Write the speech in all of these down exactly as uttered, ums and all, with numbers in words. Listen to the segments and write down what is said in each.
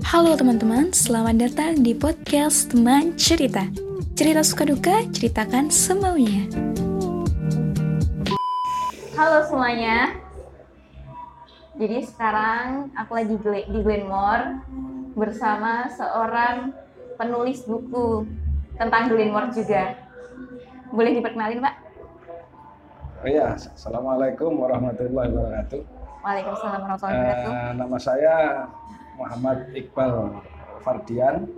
Halo teman-teman, selamat datang di podcast Teman Cerita. Cerita suka duka, ceritakan semaunya. Halo semuanya. Jadi sekarang aku lagi di Glenmore bersama seorang penulis buku tentang Glenmore juga. Boleh diperkenalin, Pak? Oh ya, Assalamualaikum warahmatullahi wabarakatuh. Waalaikumsalam warahmatullahi wabarakatuh. Uh, nama saya Muhammad Iqbal Fardian,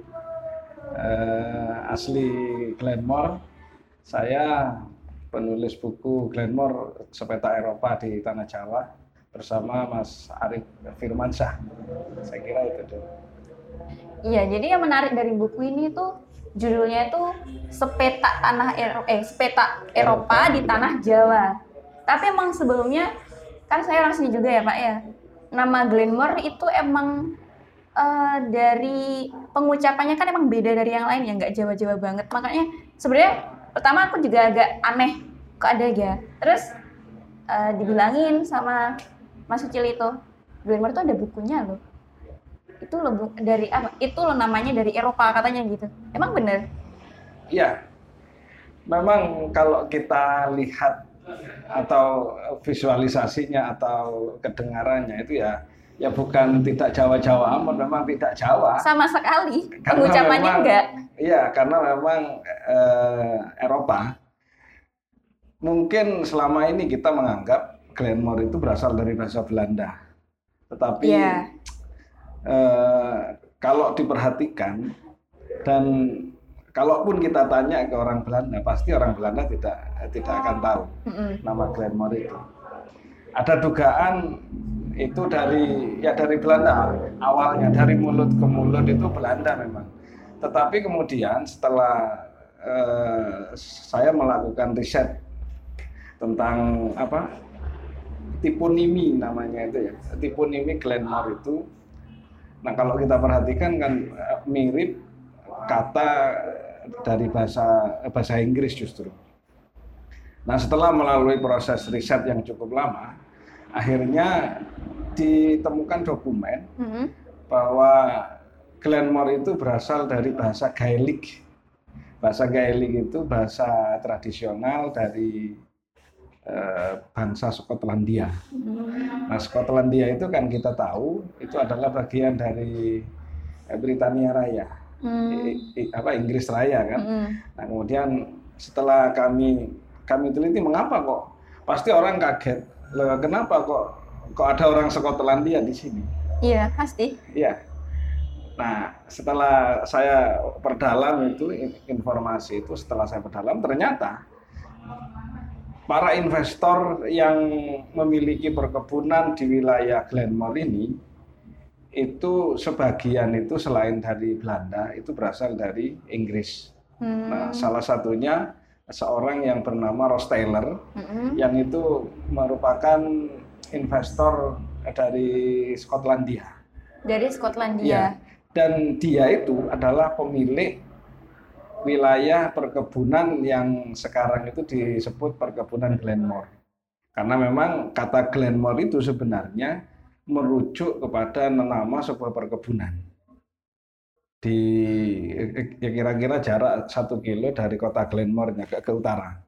uh, asli Glenmore. Saya penulis buku Glenmore Sepeta Eropa di Tanah Jawa bersama Mas Arif Firmansyah. Saya kira itu dulu. Iya, jadi yang menarik dari buku ini tuh judulnya itu Sepeta Tanah Eropa, eh Sepeta Eropa di Tanah Jawa. Tapi emang sebelumnya kan saya orang sini juga ya Pak ya. Nama Glenmore itu emang uh, dari pengucapannya kan emang beda dari yang lain ya, nggak Jawa-Jawa banget. Makanya sebenarnya pertama aku juga agak aneh kok ada ya. Terus uh, dibilangin sama Mas Ucil itu, Glenmore itu ada bukunya loh. Itu loh dari apa? Itu loh namanya dari Eropa katanya gitu. Emang bener? Iya. Memang kalau kita lihat atau visualisasinya atau kedengarannya itu ya ya bukan tidak Jawa-Jawa amat, memang tidak Jawa. Sama sekali. Pengucapannya enggak. Iya, karena memang eh, Eropa. Mungkin selama ini kita menganggap Glenmore itu berasal dari bahasa Belanda. Tetapi yeah. eh, kalau diperhatikan dan kalaupun kita tanya ke orang Belanda, pasti orang Belanda tidak tidak akan tahu mm-hmm. nama Glenmore itu. Ada dugaan itu dari ya dari Belanda awalnya, dari mulut ke mulut itu Belanda memang. Tetapi kemudian setelah eh, saya melakukan riset tentang apa tiponimi namanya itu ya, tiponimi Glenmore itu. Nah kalau kita perhatikan kan mirip kata dari bahasa bahasa Inggris justru. Nah setelah melalui proses riset yang cukup lama, akhirnya ditemukan dokumen mm-hmm. bahwa Glenmore itu berasal dari bahasa Gaelic. Bahasa Gaelic itu bahasa tradisional dari eh, bangsa Skotlandia. Mm-hmm. Nah Skotlandia itu kan kita tahu itu adalah bagian dari eh, Britania Raya. Hmm. I, I, apa Inggris Raya kan. Hmm. Nah kemudian setelah kami kami teliti mengapa kok pasti orang kaget, loh kenapa kok kok ada orang Skotlandia di sini? Iya pasti. Iya. Nah setelah saya perdalam itu informasi itu setelah saya perdalam ternyata para investor yang memiliki perkebunan di wilayah Glenmore ini itu sebagian itu selain dari Belanda itu berasal dari Inggris. Hmm. Nah, salah satunya seorang yang bernama Ross Taylor, hmm. yang itu merupakan investor dari Skotlandia. Dari Skotlandia. Ya. Dan dia itu adalah pemilik wilayah perkebunan yang sekarang itu disebut perkebunan Glenmore. Karena memang kata Glenmore itu sebenarnya merujuk kepada nama sebuah perkebunan di ya kira-kira jarak satu kilo dari kota Glenmore ke, ke utara.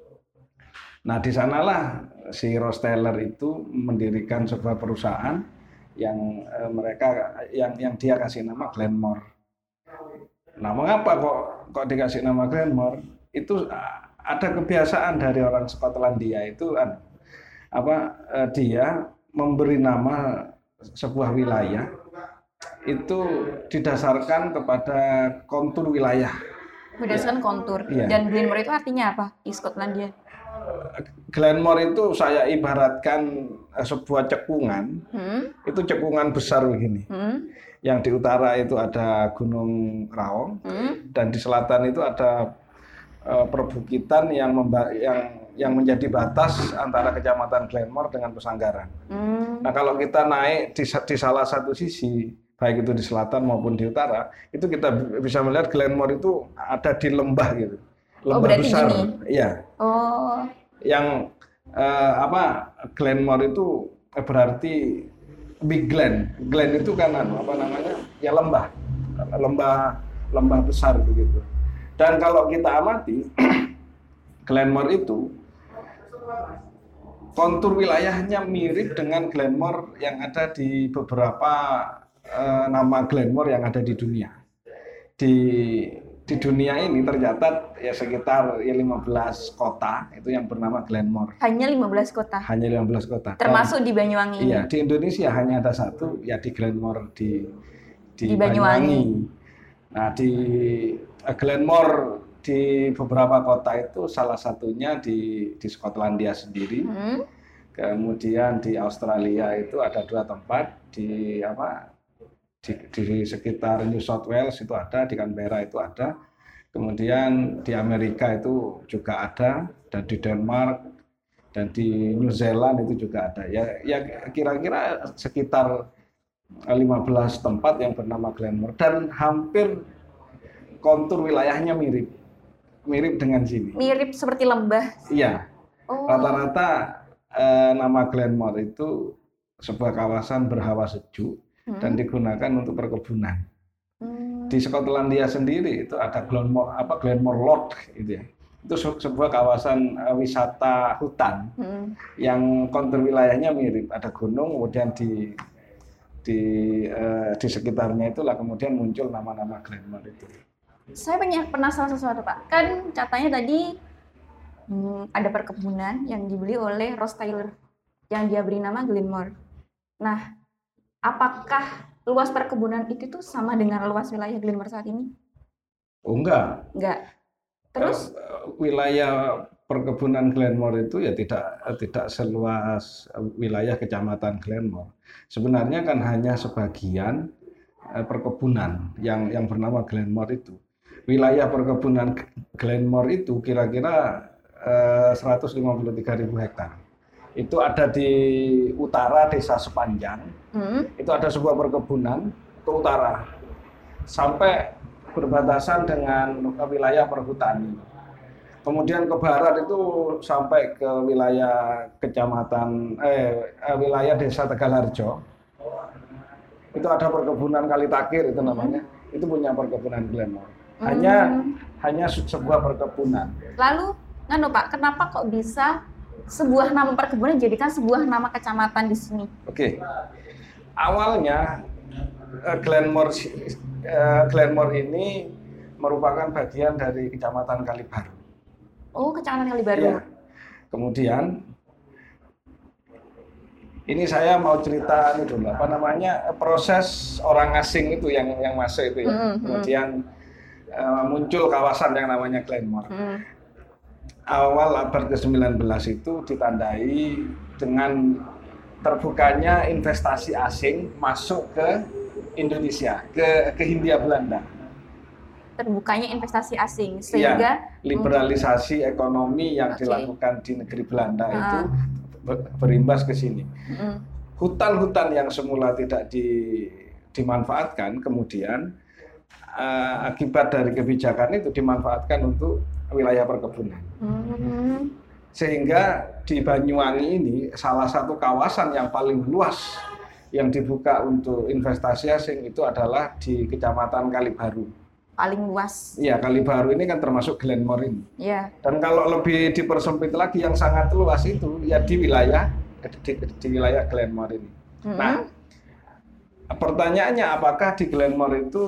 Nah di sanalah si Ross Taylor itu mendirikan sebuah perusahaan yang eh, mereka yang yang dia kasih nama Glenmore. Nah mengapa kok kok dikasih nama Glenmore? Itu ada kebiasaan dari orang Skotlandia itu apa eh, dia memberi nama sebuah wilayah itu didasarkan kepada kontur wilayah. Berdasarkan ya. kontur. Ya. Dan Glenmore itu artinya apa di Skotlandia? Glenmore itu saya ibaratkan sebuah cekungan. Hmm? Itu cekungan besar begini. Hmm? Yang di utara itu ada Gunung Raung, hmm? dan di selatan itu ada uh, perbukitan yang memba- yang yang menjadi batas antara kecamatan Glenmore dengan Pesanggaran. Hmm. Nah kalau kita naik di, di salah satu sisi, baik itu di selatan maupun di utara, itu kita bisa melihat Glenmore itu ada di lembah gitu, lembah oh, besar. Iya. Oh. Yang eh, apa Glenmore itu berarti big glen. Glen itu kan apa namanya? Ya lembah, lembah, lembah besar begitu. Dan kalau kita amati, Glenmore itu kontur wilayahnya mirip dengan Glenmore yang ada di beberapa uh, nama Glenmore yang ada di dunia. Di di dunia ini tercatat ya sekitar ya lima belas kota itu yang bernama Glenmore. Hanya lima belas kota. Hanya lima belas kota. Termasuk Dan, di Banyuwangi. Iya, di Indonesia hanya ada satu ya di Glenmore di di, di Banyuwangi. Banyuwangi. Nah, di uh, Glenmore di beberapa kota itu salah satunya di di Skotlandia sendiri. Hmm. Kemudian di Australia itu ada dua tempat di apa? Di, di sekitar New South Wales itu ada, di Canberra itu ada, kemudian di Amerika itu juga ada, dan di Denmark dan di New Zealand itu juga ada. Ya, ya kira-kira sekitar lima belas tempat yang bernama Glenmore dan hampir kontur wilayahnya mirip, mirip dengan sini. Mirip seperti lembah. Iya. Oh. Rata-rata eh, nama Glenmore itu sebuah kawasan berhawa sejuk. Hmm. Dan digunakan untuk perkebunan. Hmm. Di Skotlandia sendiri itu ada Glenmore apa Glenmore Lodge gitu ya. Itu sebuah kawasan uh, wisata hutan hmm. yang kontur wilayahnya mirip, ada gunung, kemudian di di uh, di sekitarnya itulah kemudian muncul nama-nama Glenmore itu. Saya banyak penasaran sesuatu, Pak. Kan katanya tadi hmm, ada perkebunan yang dibeli oleh Ross Taylor yang dia beri nama Glenmore. Nah, apakah luas perkebunan itu tuh sama dengan luas wilayah Glenmore saat ini? Oh enggak. Enggak. Terus uh, wilayah perkebunan Glenmore itu ya tidak tidak seluas wilayah kecamatan Glenmore. Sebenarnya kan hanya sebagian uh, perkebunan yang yang bernama Glenmore itu. Wilayah perkebunan Glenmore itu kira-kira uh, seratus lima puluh tiga ribu hektar. Itu ada di utara desa Sepanjang, hmm. itu ada sebuah perkebunan ke utara, sampai berbatasan dengan wilayah perhutani. Kemudian ke barat itu sampai ke wilayah kecamatan, eh, wilayah desa Tegalharjo. Itu ada perkebunan Kalitakir itu namanya, hmm. itu punya perkebunan Glenmore. Hanya hmm. hanya sebuah perkebunan. Lalu, nganu Pak, kenapa kok bisa sebuah nama perkebunan dijadikan sebuah nama kecamatan di sini? Oke, awalnya uh, Glenmore uh, Glenmore ini merupakan bagian dari kecamatan Kalibaru. Oh, kecamatan Kalibaru. Ya. Kemudian ini saya mau cerita ini dulu, apa namanya proses orang asing itu yang yang masuk itu ya. Mm-hmm. Kemudian uh, muncul kawasan yang namanya Glenmore. Mm. Awal abad ke sembilan belas itu ditandai dengan terbukanya investasi asing masuk ke Indonesia, ke ke Hindia Belanda. Terbukanya investasi asing sehingga ya, liberalisasi hmm. ekonomi yang okay. dilakukan di negeri Belanda uh. itu berimbas ke sini. Hmm. Hutan-hutan yang semula tidak di, dimanfaatkan kemudian uh, akibat dari kebijakan itu dimanfaatkan untuk wilayah perkebunan. Hmm. Sehingga di Banyuwangi ini salah satu kawasan yang paling luas yang dibuka untuk investasi asing itu adalah di Kecamatan Kalibaru. Paling luas. Iya, Kalibaru ini kan termasuk Glenmore ini. Iya. Dan kalau lebih dipersempit lagi yang sangat luas itu ya di wilayah di, di wilayah Glenmore ini. Hmm. Nah, pertanyaannya apakah di Glenmore itu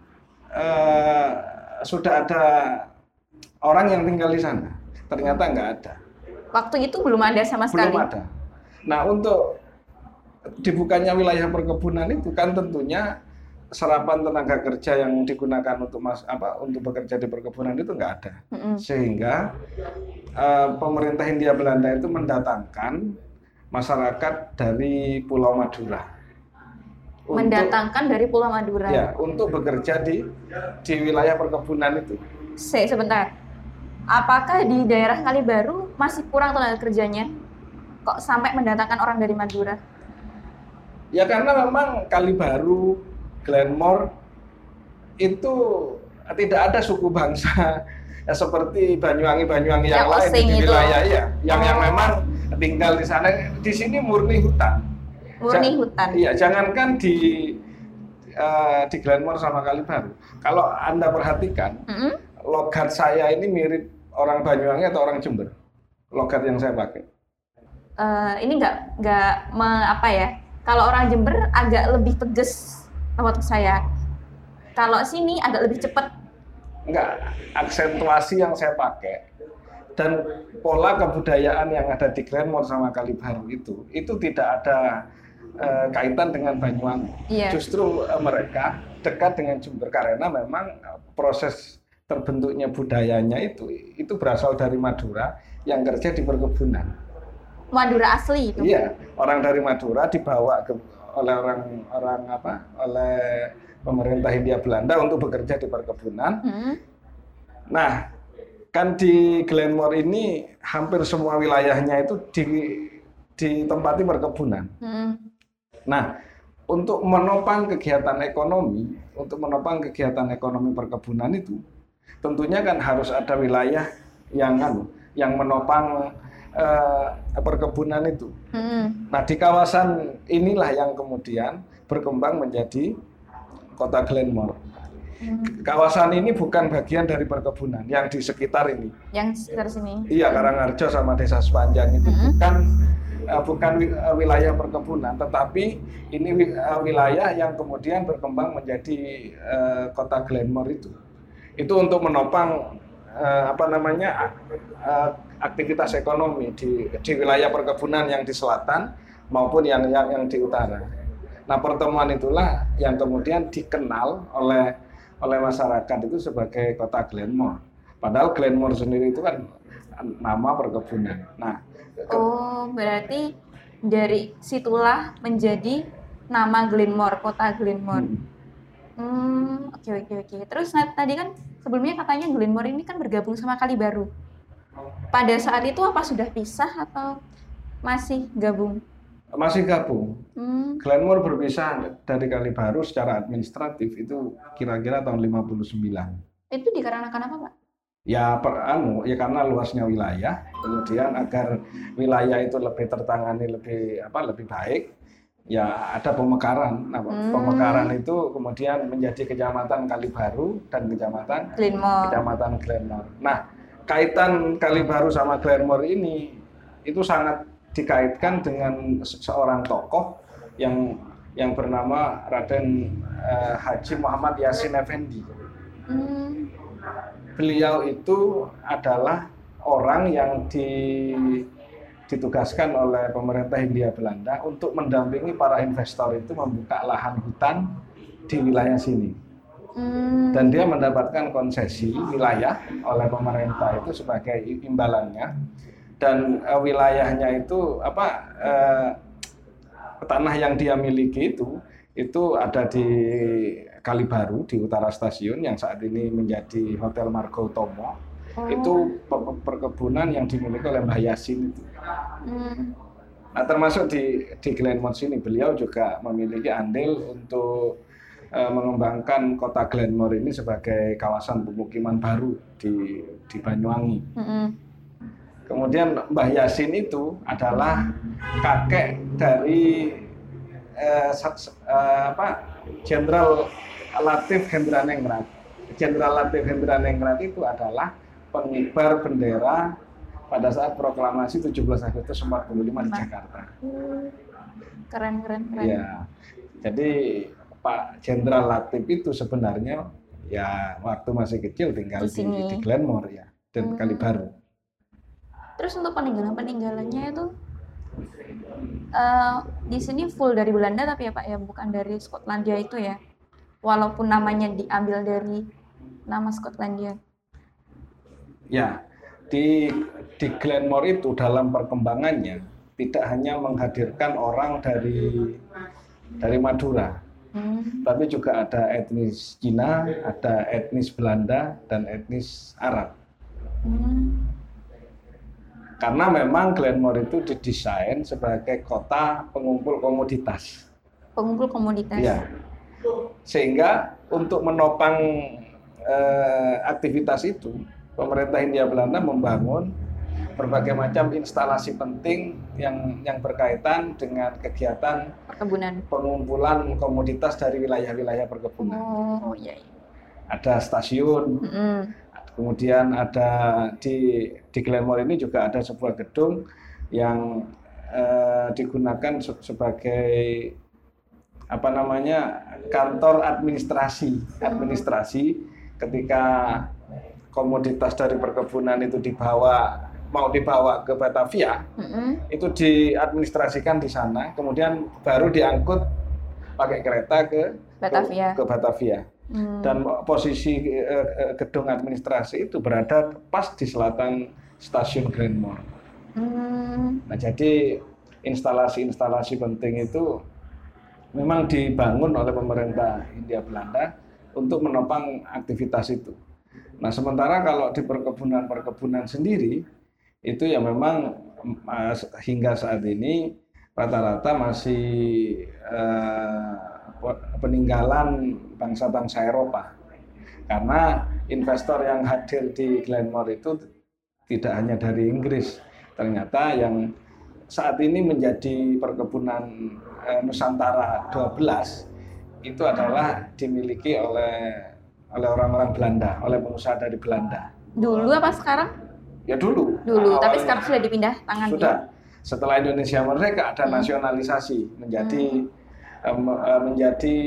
uh, sudah ada orang yang tinggal di sana? Ternyata nggak ada. Waktu itu belum ada sama sekali. Belum ada. Nah, untuk dibukanya wilayah perkebunan itu kan tentunya serapan tenaga kerja yang digunakan untuk mas apa untuk bekerja di perkebunan itu nggak ada. Mm-hmm. Sehingga uh, pemerintah Hindia Belanda itu mendatangkan masyarakat dari Pulau Madura. Mendatangkan untuk, dari Pulau Madura. Ya, untuk bekerja di di wilayah perkebunan itu. Se, sebentar. Apakah di daerah Kalibaru masih kurang tenaga kerjanya? Kok sampai mendatangkan orang dari Madura? Ya karena memang Kalibaru, Glenmore itu tidak ada suku bangsa ya, seperti Banyuwangi-Banyuwangi yang, yang lain di wilayah ya, yang oh. yang memang tinggal di sana. Di sini murni hutan. murni ja- hutan. Iya, jangankan di uh, di Glenmore sama Kalibaru. Kalau Anda perhatikan, mm-hmm. logat saya ini mirip orang Banyuwangi atau orang Jember. Logat yang saya pakai. Uh, ini nggak nggak apa ya? Kalau orang Jember agak lebih tegas menurut saya. Kalau sini agak lebih cepat. Enggak, aksentuasi yang saya pakai dan pola kebudayaan yang ada di Glenmore sama Kalibaru itu itu tidak ada uh, kaitan dengan Banyuwangi. Yeah. Justru uh, mereka dekat dengan Jember karena memang uh, proses terbentuknya budayanya itu itu berasal dari Madura yang kerja di perkebunan. Madura asli itu. Iya, orang dari Madura dibawa ke oleh orang orang apa? oleh pemerintah Hindia Belanda untuk bekerja di perkebunan. Hmm. Nah, kan di Glenmore ini hampir semua wilayahnya itu di, ditempati perkebunan. Hmm. Nah, untuk menopang kegiatan ekonomi, untuk menopang kegiatan ekonomi perkebunan itu, tentunya kan harus ada wilayah yang yang menopang eh, perkebunan itu. Hmm. Nah, di kawasan inilah yang kemudian berkembang menjadi Kota Glenmore. Hmm. Kawasan ini bukan bagian dari perkebunan yang di sekitar ini. Yang sekitar sini. Iya, Karangharjo sama Desa Sepanjang itu hmm. bukan uh, bukan uh, wilayah perkebunan, tetapi ini uh, wilayah yang kemudian berkembang menjadi uh, Kota Glenmore itu. Itu untuk menopang uh, apa namanya uh, aktivitas ekonomi di di wilayah perkebunan yang di selatan maupun yang yang, yang di utara. Nah, pertemuan itulah yang kemudian dikenal oleh oleh masyarakat itu sebagai Kota Glenmore. Padahal Glenmore sendiri itu kan nama perkebunan. Nah, oh, berarti dari situlah menjadi nama Glenmore, Kota Glenmore. Hmm, hmm oke oke oke. Terus nah, tadi kan sebelumnya katanya Glenmore ini kan bergabung sama Kalibaru. Pada saat itu apa sudah pisah atau masih gabung? Masih gabung. Hmm. Glenmore berpisah dari Kalibaru secara administratif itu kira-kira tahun lima puluh sembilan. Itu dikarenakan apa, Pak? Ya, per, anu, ya karena luasnya wilayah, kemudian agar wilayah itu lebih tertangani lebih apa lebih baik, ya ada pemekaran. Nah, hmm. pemekaran itu kemudian menjadi Kecamatan Kalibaru dan Kecamatan Glenmore. Kecamatan Glenmore. Nah, kaitan Kalibaru sama Glenmore ini itu sangat dikaitkan dengan seorang tokoh yang yang bernama Raden uh, Haji Muhammad Yasin Effendi. Hmm. Beliau itu adalah orang yang di, ditugaskan oleh pemerintah Hindia Belanda untuk mendampingi para investor itu membuka lahan hutan di wilayah sini. Hmm. Dan dia mendapatkan konsesi wilayah oleh pemerintah itu sebagai imbalannya. Dan uh, wilayahnya itu apa uh, tanah yang dia miliki itu itu ada di Kalibaru di utara stasiun yang saat ini menjadi Hotel Margo Utomo. Oh. Itu perkebunan yang dimiliki oleh Mbah Yasin itu. Hmm. Nah, termasuk di di Glenmore sini beliau juga memiliki andil untuk uh, mengembangkan Kota Glenmore ini sebagai kawasan pemukiman baru di di Banyuwangi. Hmm. Kemudian Mbah Yasin itu adalah kakek dari eh, eh, apa Jenderal Latif Hendraningrat. Jenderal Latif Hendraningrat itu adalah pengibar bendera pada saat proklamasi tujuh belas Agustus empat puluh lima di Jakarta. Keren keren keren. Ya, jadi Pak Jenderal Latif itu sebenarnya ya waktu masih kecil tinggal di, di, di Glenmore ya dan hmm. Kalibaru. Terus untuk peninggalan-peninggalannya itu uh, di sini full dari Belanda tapi ya Pak ya bukan dari Skotlandia itu ya, walaupun namanya diambil dari nama Skotlandia. Ya, di di Glenmore itu dalam perkembangannya tidak hanya menghadirkan orang dari dari Madura, hmm. tapi juga ada etnis Cina, ada etnis Belanda dan etnis Arab. Hmm. Karena memang Glenmore itu didesain sebagai kota pengumpul komoditas. Pengumpul komoditas. Ya. Sehingga untuk menopang eh, aktivitas itu, pemerintah Hindia Belanda membangun berbagai macam instalasi penting yang yang berkaitan dengan kegiatan perkebunan, pengumpulan komoditas dari wilayah-wilayah perkebunan. Oh iya. iya. Ada stasiun, mm-hmm. kemudian ada di di Glenmore ini juga ada sebuah gedung yang eh, digunakan se- sebagai apa namanya kantor administrasi administrasi ketika komoditas dari perkebunan itu dibawa mau dibawa ke Batavia, mm-hmm. itu diadministrasikan di sana, kemudian baru diangkut pakai kereta ke Batavia. ke, ke Batavia. Mm. Dan posisi eh, gedung administrasi itu berada pas di selatan stasiun Glenmore. Mm. Nah, jadi instalasi-instalasi penting itu memang dibangun oleh pemerintah Hindia Belanda untuk menopang aktivitas itu. Nah, sementara kalau di perkebunan-perkebunan sendiri, itu ya memang uh, hingga saat ini rata-rata masih uh, peninggalan bangsa-bangsa Eropa. Karena investor yang hadir di Glenmore itu tidak hanya dari Inggris. Ternyata yang saat ini menjadi perkebunan eh, Nusantara dua belas itu adalah dimiliki oleh oleh orang-orang Belanda, oleh pengusaha dari Belanda. Dulu apa sekarang? Ya dulu. Dulu, nah, tapi sekarang sudah dipindah tangan. Sudah. Setelah Indonesia merdeka ada hmm. nasionalisasi menjadi hmm. um, uh, menjadi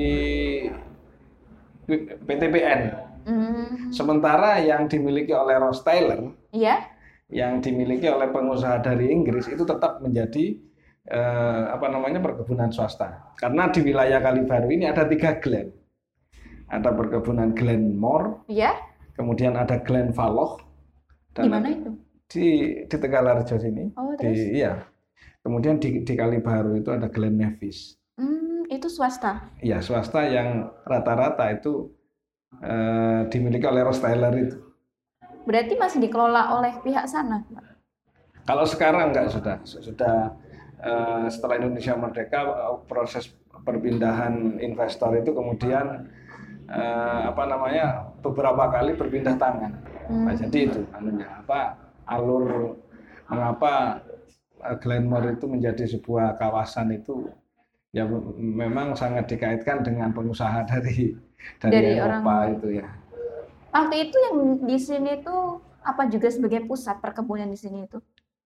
P T B N. Hmm. Sementara yang dimiliki oleh Ross Taylor, iya. yang dimiliki oleh pengusaha dari Inggris itu tetap menjadi eh, apa namanya perkebunan swasta. Karena di wilayah Kali Baru ini ada tiga Glen. Ada perkebunan Glenmore, iya. Kemudian ada Glenfalloch. Di mana itu? Di di Tegalarjo sini. Oh, terus? Di, iya. Kemudian di, di Kali Baru itu ada Glen Nevis. Hmm, itu swasta? Iya, swasta yang rata-rata itu eh, dimiliki oleh Ross Taylor itu. Berarti masih dikelola oleh pihak sana? Kalau sekarang enggak, sudah sudah uh, setelah Indonesia merdeka proses perpindahan investor itu kemudian uh, apa namanya beberapa kali berpindah tangan. Hmm. Nah, jadi itu anunya apa alur mengapa Glenmore itu menjadi sebuah kawasan itu ya memang sangat dikaitkan dengan pengusaha dari dari, dari Eropa orang... itu ya. Waktu itu yang di sini tuh apa juga sebagai pusat perkebunan di sini itu?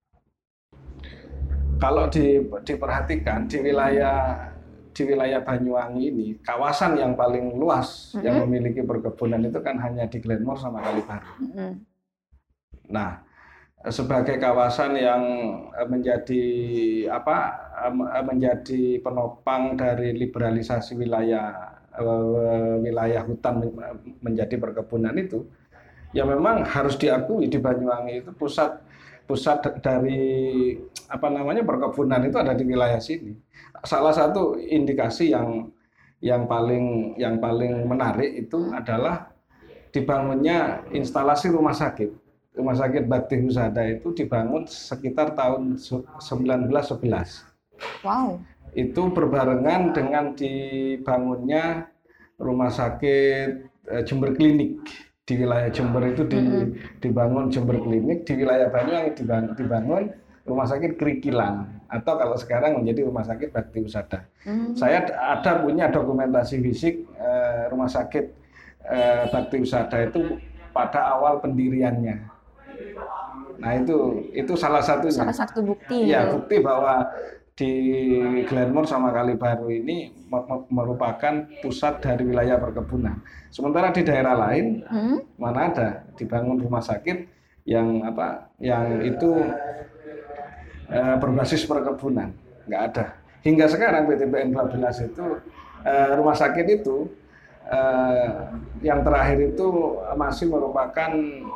Kalau di, diperhatikan di wilayah di wilayah Banyuwangi ini kawasan yang paling luas mm-hmm. yang memiliki perkebunan itu kan hanya di Glenmore sama Kali Baru. Mm-hmm. Nah, sebagai kawasan yang menjadi apa menjadi penopang dari liberalisasi wilayah wilayah hutan menjadi perkebunan itu, ya memang harus diakui di Banyuwangi itu pusat pusat dari apa namanya perkebunan itu ada di wilayah sini. Salah satu indikasi yang yang paling yang paling menarik itu adalah dibangunnya instalasi rumah sakit. Rumah sakit Bakti Husada itu dibangun sekitar tahun sembilan belas sebelas. Wow. Itu berbarengan dengan dibangunnya rumah sakit eh, Jember Klinik di wilayah Jember itu di, mm-hmm. dibangun Jember Klinik, di wilayah Banyuwangi dibangun, dibangun rumah sakit Krikilan atau kalau sekarang menjadi rumah sakit Bakti Husada. Mm-hmm. Saya ada punya dokumentasi fisik eh, rumah sakit eh, Bakti Husada itu pada awal pendiriannya. Nah itu itu salah satunya. Salah satu bukti. Ya, bukti bahwa di Glenmore sama Kali Baru ini merupakan pusat dari wilayah perkebunan. Sementara di daerah lain hmm? mana ada dibangun rumah sakit yang apa yang itu eh, berbasis perkebunan, nggak ada. Hingga sekarang P T B N dua belas itu eh, rumah sakit itu eh, yang terakhir itu masih merupakan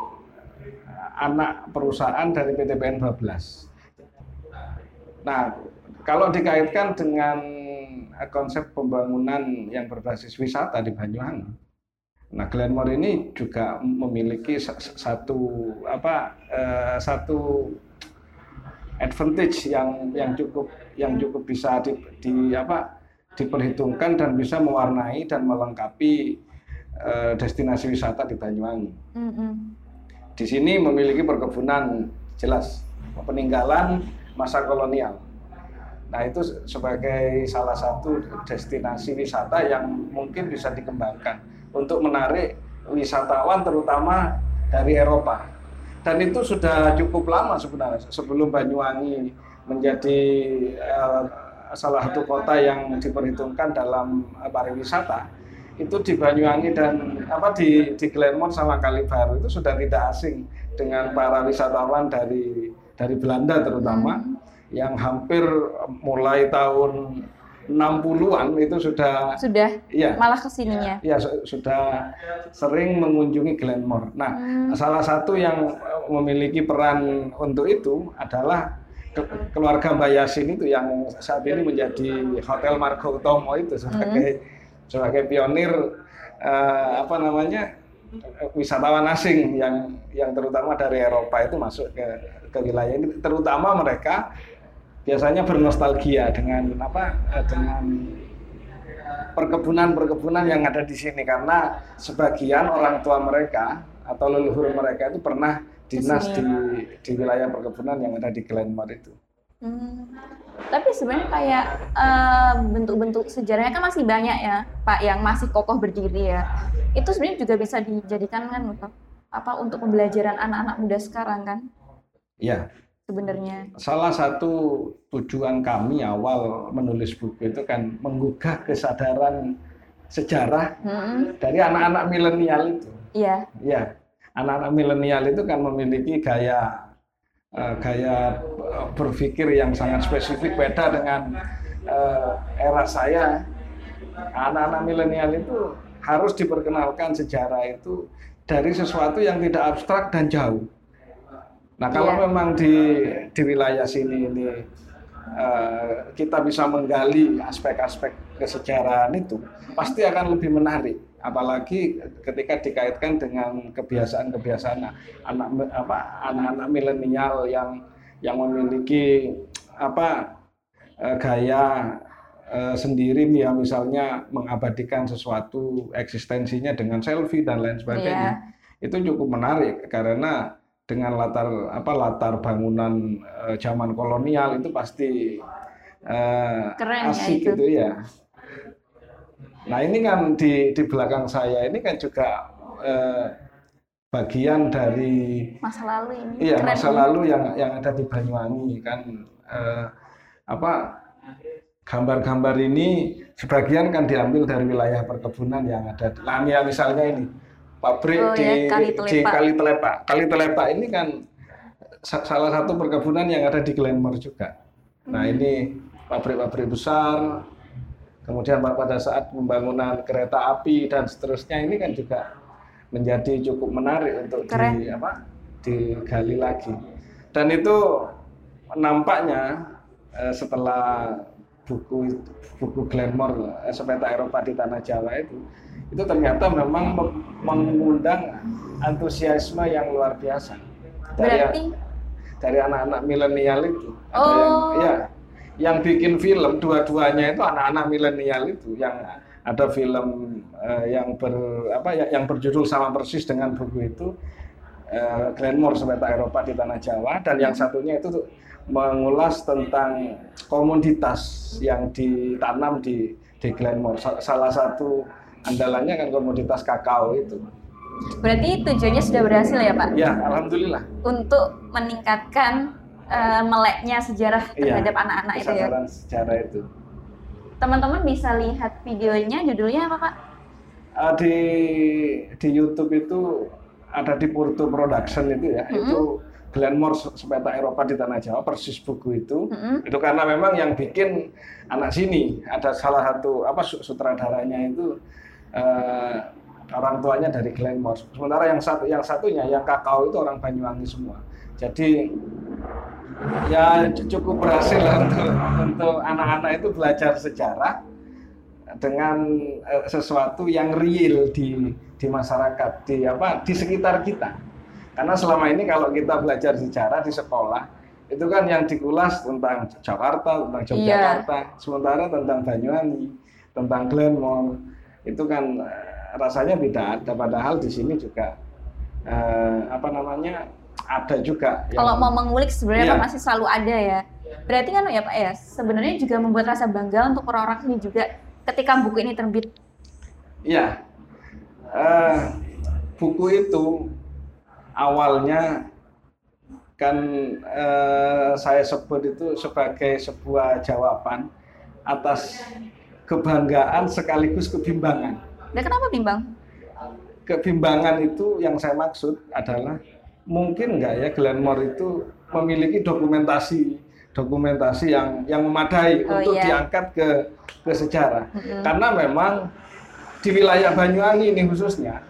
anak perusahaan dari P T B N dua belas. Nah, kalau dikaitkan dengan konsep pembangunan yang berbasis wisata di Banyuwangi, nah Glenmore ini juga memiliki satu apa eh, satu advantage yang yang cukup yang cukup bisa di, di apa diperhitungkan dan bisa mewarnai dan melengkapi eh, destinasi wisata di Banyuwangi. Mm-hmm. Di sini memiliki perkebunan jelas peninggalan masa kolonial. Nah itu sebagai salah satu destinasi wisata yang mungkin bisa dikembangkan untuk menarik wisatawan terutama dari Eropa. Dan itu sudah cukup lama sebenarnya sebelum Banyuwangi menjadi uh, salah satu kota yang diperhitungkan dalam uh, pariwisata. Itu di Banyuwangi dan apa di di Glenmore sama Kalibaru itu sudah tidak asing dengan para wisatawan dari dari Belanda terutama. Hmm. Yang hampir mulai tahun enam puluhan itu sudah sudah ya, malah kesininya ya sudah sering mengunjungi Glenmore. Nah, hmm. salah satu yang memiliki peran untuk itu adalah keluarga Mbak Yasin itu yang saat ini menjadi Hotel Margo Utomo itu sebagai hmm. sebagai pionir eh, apa namanya wisatawan asing yang yang terutama dari Eropa itu masuk ke ke wilayah ini, terutama mereka biasanya bernostalgia dengan apa dengan perkebunan-perkebunan yang ada di sini karena sebagian orang tua mereka atau leluhur mereka itu pernah dinas di di wilayah perkebunan yang ada di Glenmore itu. Hmm. Tapi sebenarnya kayak uh, bentuk-bentuk sejarahnya kan masih banyak ya, Pak, yang masih kokoh berdiri ya. Itu sebenarnya juga bisa dijadikan kan untuk apa untuk pembelajaran anak-anak muda sekarang kan? Iya. Sebenarnya salah satu tujuan kami awal menulis buku itu kan menggugah kesadaran sejarah hmm. dari anak-anak milenial itu. Iya. Iya. Anak-anak milenial itu kan memiliki gaya uh, gaya berpikir yang sangat spesifik, beda dengan uh, era saya. Anak-anak milenial itu harus diperkenalkan sejarah itu dari sesuatu yang tidak abstrak dan jauh. Nah kalau yeah. memang di di wilayah sini ini uh, kita bisa menggali aspek-aspek kesejarahan itu, pasti akan lebih menarik. Apalagi ketika dikaitkan dengan kebiasaan-kebiasaan anak apa anak-anak milenial yang yang memiliki apa uh, gaya uh, sendiri ya, misalnya mengabadikan sesuatu eksistensinya dengan selfie dan lain sebagainya. Yeah. Itu cukup menarik karena dengan latar apa latar bangunan uh, zaman kolonial itu pasti uh, keren asik ya itu. Gitu ya. Nah ini kan di di belakang saya ini kan juga uh, bagian dari masa lalu ini. Iya keren masa ini. lalu yang yang ada di Banyuwangi kan uh, apa gambar-gambar ini sebagian kan diambil dari wilayah perkebunan yang ada di Lamia misalnya ini. Pabrik oh, di, ya, Kali di Kali Telepak. Kali Telepak ini kan salah satu perkebunan yang ada di Glenmore juga. Nah hmm. ini pabrik-pabrik besar, kemudian pada saat pembangunan kereta api dan seterusnya ini kan juga menjadi cukup menarik untuk Keren. di apa digali lagi. Dan itu nampaknya eh, setelah buku buku Glenmore Sepeta Eropa di Tanah Jawa itu itu ternyata memang mengundang antusiasme yang luar biasa dari Berarti? dari anak-anak milenial itu. Oh. Ada yang ya yang bikin film dua-duanya itu anak-anak milenial itu, yang ada film uh, yang ber apa ya, yang berjudul sama persis dengan buku itu uh, Glenmore Sepeta Eropa di Tanah Jawa, dan yang satunya itu tuh, mengulas tentang komoditas yang ditanam di di Glenmore. Salah satu andalannya kan komoditas kakao itu. Berarti tujuannya sudah berhasil ya Pak? Ya, alhamdulillah. Untuk meningkatkan uh, meleknya sejarah terhadap ya, anak-anak itu ya? Sejarah itu. Teman-teman bisa lihat videonya, judulnya apa Pak? Uh, di di YouTube itu ada di Purto Production itu ya, mm-hmm. itu Glenmore Sepeta Eropa di Tanah Jawa, persis buku itu. Mm-hmm. Itu karena memang yang bikin anak sini, ada salah satu apa sutradaranya itu uh, orang tuanya dari Glenmore. Sementara yang satu yang satunya yang kakao itu orang Banyuwangi semua. Jadi ya cukup berhasil untuk untuk anak-anak itu belajar sejarah dengan uh, sesuatu yang real di di masyarakat, di apa di sekitar kita. Karena selama ini kalau kita belajar sejarah di sekolah itu kan yang dikulas tentang Jakarta, tentang Yogyakarta, yeah. Sementara tentang Banyuwangi, tentang Glenmore itu kan uh, rasanya tidak ada. Padahal di sini juga uh, apa namanya ada juga. Kalau yang, mau mengulik sebenarnya iya. masih selalu ada ya. Berarti kan ya Pak ya, sebenarnya juga membuat rasa bangga untuk orang-orang ini juga ketika buku ini terbit. Iya, uh, buku itu awalnya kan uh, saya sebut itu sebagai sebuah jawaban atas kebanggaan sekaligus kebimbangan. Dan kenapa bimbang? Kebimbangan itu yang saya maksud adalah mungkin nggak ya Glenmore itu memiliki dokumentasi dokumentasi yang yang memadai oh, untuk iya. diangkat ke ke sejarah. Mm-hmm. Karena memang di wilayah Banyuwangi ini khususnya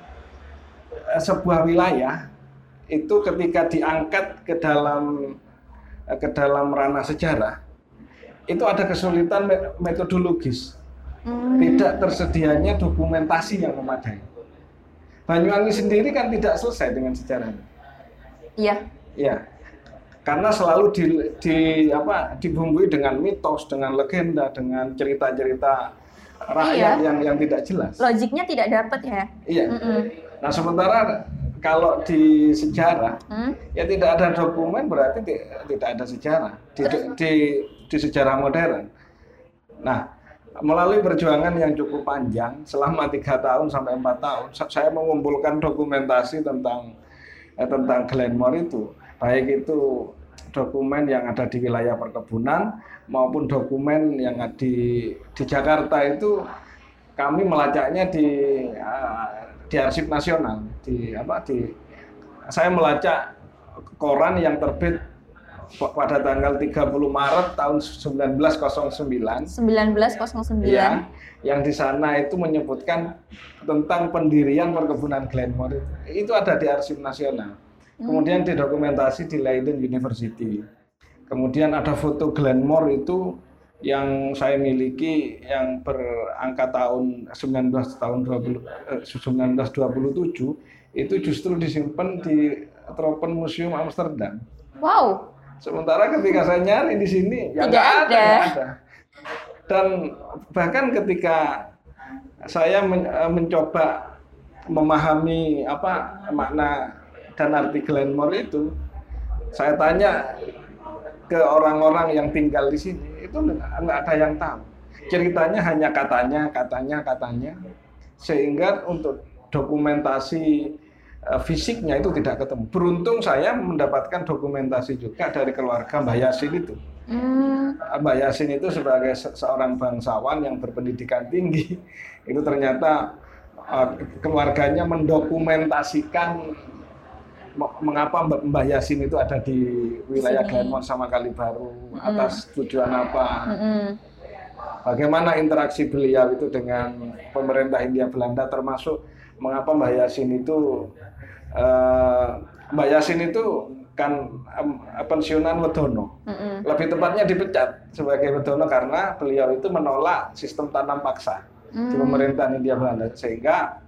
sebuah wilayah itu ketika diangkat ke dalam ke dalam ranah sejarah itu ada kesulitan metodologis. Mm. Tidak tersedianya dokumentasi yang memadai. Banyuwangi sendiri kan tidak selesai dengan sejarahnya. Iya. Iya. Karena selalu di, di apa dibumbui dengan mitos, dengan legenda, dengan cerita-cerita rakyat iya. yang yang tidak jelas. Logiknya tidak dapat ya. Iya. Mm-mm. Nah, sementara kalau di sejarah hmm? ya tidak ada dokumen berarti di, tidak ada sejarah di, di di sejarah modern. Nah, melalui perjuangan yang cukup panjang selama tiga tahun sampai empat tahun, saya mengumpulkan dokumentasi tentang eh, tentang Glenmore itu, baik itu dokumen yang ada di wilayah perkebunan maupun dokumen yang ada di di Jakarta itu kami melacaknya di uh, di Arsip Nasional, di apa di saya melacak koran yang terbit pada tanggal tiga puluh Maret tahun seribu sembilan ratus sembilan. seribu sembilan ratus sembilan. Ya, yang di sana itu menyebutkan tentang pendirian perkebunan Glenmore itu. Itu ada di Arsip Nasional. Kemudian didokumentasi di Leiden University. Kemudian ada foto Glenmore itu yang saya miliki yang berangka tahun seribu sembilan ratus dua puluh tujuh itu justru disimpan di Tropenmuseum Amsterdam. Wow. Sementara ketika saya nyari di sini ya tidak ada. ada, ada. Dan bahkan ketika saya men mencoba memahami apa makna dan arti Glenmore itu, saya tanya ke orang-orang yang tinggal di sini, itu nggak ada yang tahu. Ceritanya hanya katanya, katanya, katanya, sehingga untuk dokumentasi uh, fisiknya itu tidak ketemu. Beruntung saya mendapatkan dokumentasi juga dari keluarga Mbah Yasin itu. Hmm. Mbah Yasin itu sebagai se seorang bangsawan yang berpendidikan tinggi, itu ternyata uh, keluarganya mendokumentasikan mengapa Mbah Yasin itu ada di wilayah Glenmore sama Kalibaru, mm. atas tujuan apa, mm-hmm. bagaimana interaksi beliau itu dengan pemerintah Hindia Belanda, termasuk mengapa Mbah Yasin itu uh, Mbah Yasin itu kan um, pensiunan Wedono, mm-hmm. lebih tepatnya dipecat sebagai Wedono karena beliau itu menolak sistem tanam paksa mm. di pemerintahan Hindia Belanda, sehingga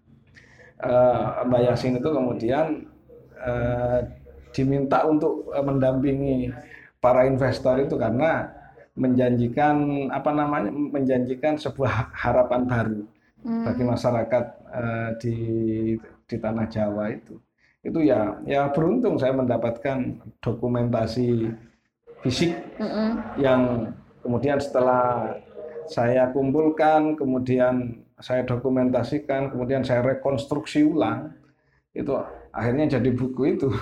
uh, Mbah Yasin itu kemudian Uh, diminta untuk uh, mendampingi para investor itu karena menjanjikan apa namanya menjanjikan sebuah harapan baru hmm. bagi masyarakat uh, di di tanah Jawa itu. Itu ya ya beruntung saya mendapatkan dokumentasi fisik hmm. yang kemudian setelah saya kumpulkan, kemudian saya dokumentasikan, kemudian saya rekonstruksi ulang, itu akhirnya jadi buku itu.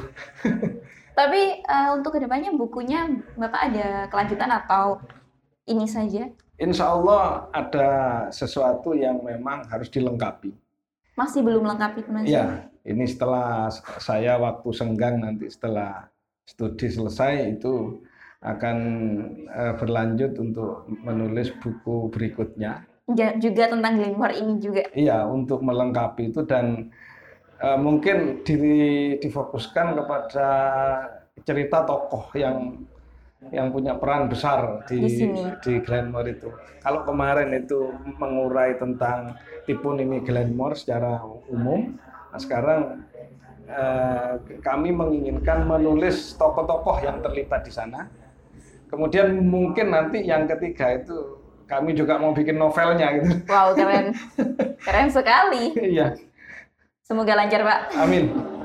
Tapi uh, untuk kedepannya bukunya Bapak ada kelanjutan atau ini saja? Insya Allah ada sesuatu yang memang harus dilengkapi. Masih belum lengkap itu Mas? Iya, ini setelah saya waktu senggang nanti setelah studi selesai itu akan uh, berlanjut untuk menulis buku berikutnya. Ja, juga tentang Glenmore ini juga? Iya, untuk melengkapi itu dan Uh, mungkin diri difokuskan kepada cerita tokoh yang yang punya peran besar di di, sini. di Glenmore itu. Kalau kemarin itu mengurai tentang tiponimi Glenmore secara umum, nah sekarang uh, kami menginginkan menulis tokoh-tokoh yang terlibat di sana. Kemudian mungkin nanti yang ketiga itu kami juga mau bikin novelnya gitu. Wow, keren, keren sekali. Iya. Semoga lancar, Pak. Amin.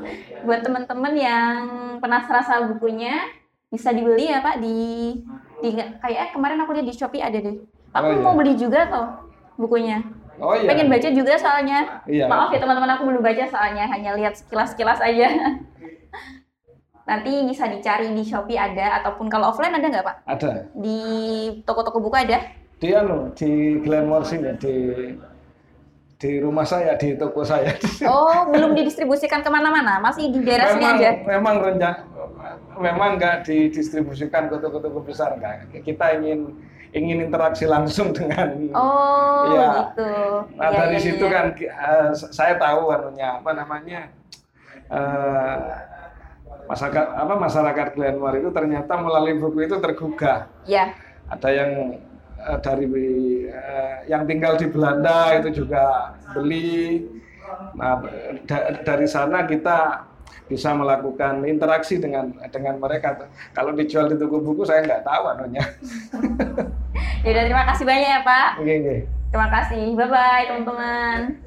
Buat teman-teman yang penasaran sama bukunya, bisa dibeli ya Pak di, di kayak eh, kemarin aku lihat di Shopee ada deh. Aku oh, iya. mau beli juga tuh bukunya. Oh iya. Pengen baca juga soalnya. Iya. Maaf ya teman-teman, aku belum baca soalnya, hanya lihat sekilas-sekilas aja. Nanti bisa dicari di Shopee ada, ataupun kalau offline ada nggak Pak? Ada. Di toko-toko buku ada? Di anu, di Glenmore sini, di di rumah saya, di toko saya. Oh, belum didistribusikan kemana-mana? Masih di daerah sini aja? Memang rencana, memang nggak didistribusikan ke toko-toko besar, nggak. Kita ingin ingin interaksi langsung dengan. Oh, ya. Gitu. Nah ya, dari ya, situ ya. kan uh, saya tahu anunya apa namanya uh, masyarakat apa masyarakat Glenmore itu ternyata melalui buku itu tergugah. Ya. Ada yang dari uh, yang tinggal di Belanda itu juga beli. Nah, da dari sana kita bisa melakukan interaksi dengan dengan mereka. Kalau dijual di toko buku saya nggak tahu anunya. Ya udah, terima kasih banyak ya Pak. Oke, oke. Terima kasih. Bye bye teman-teman.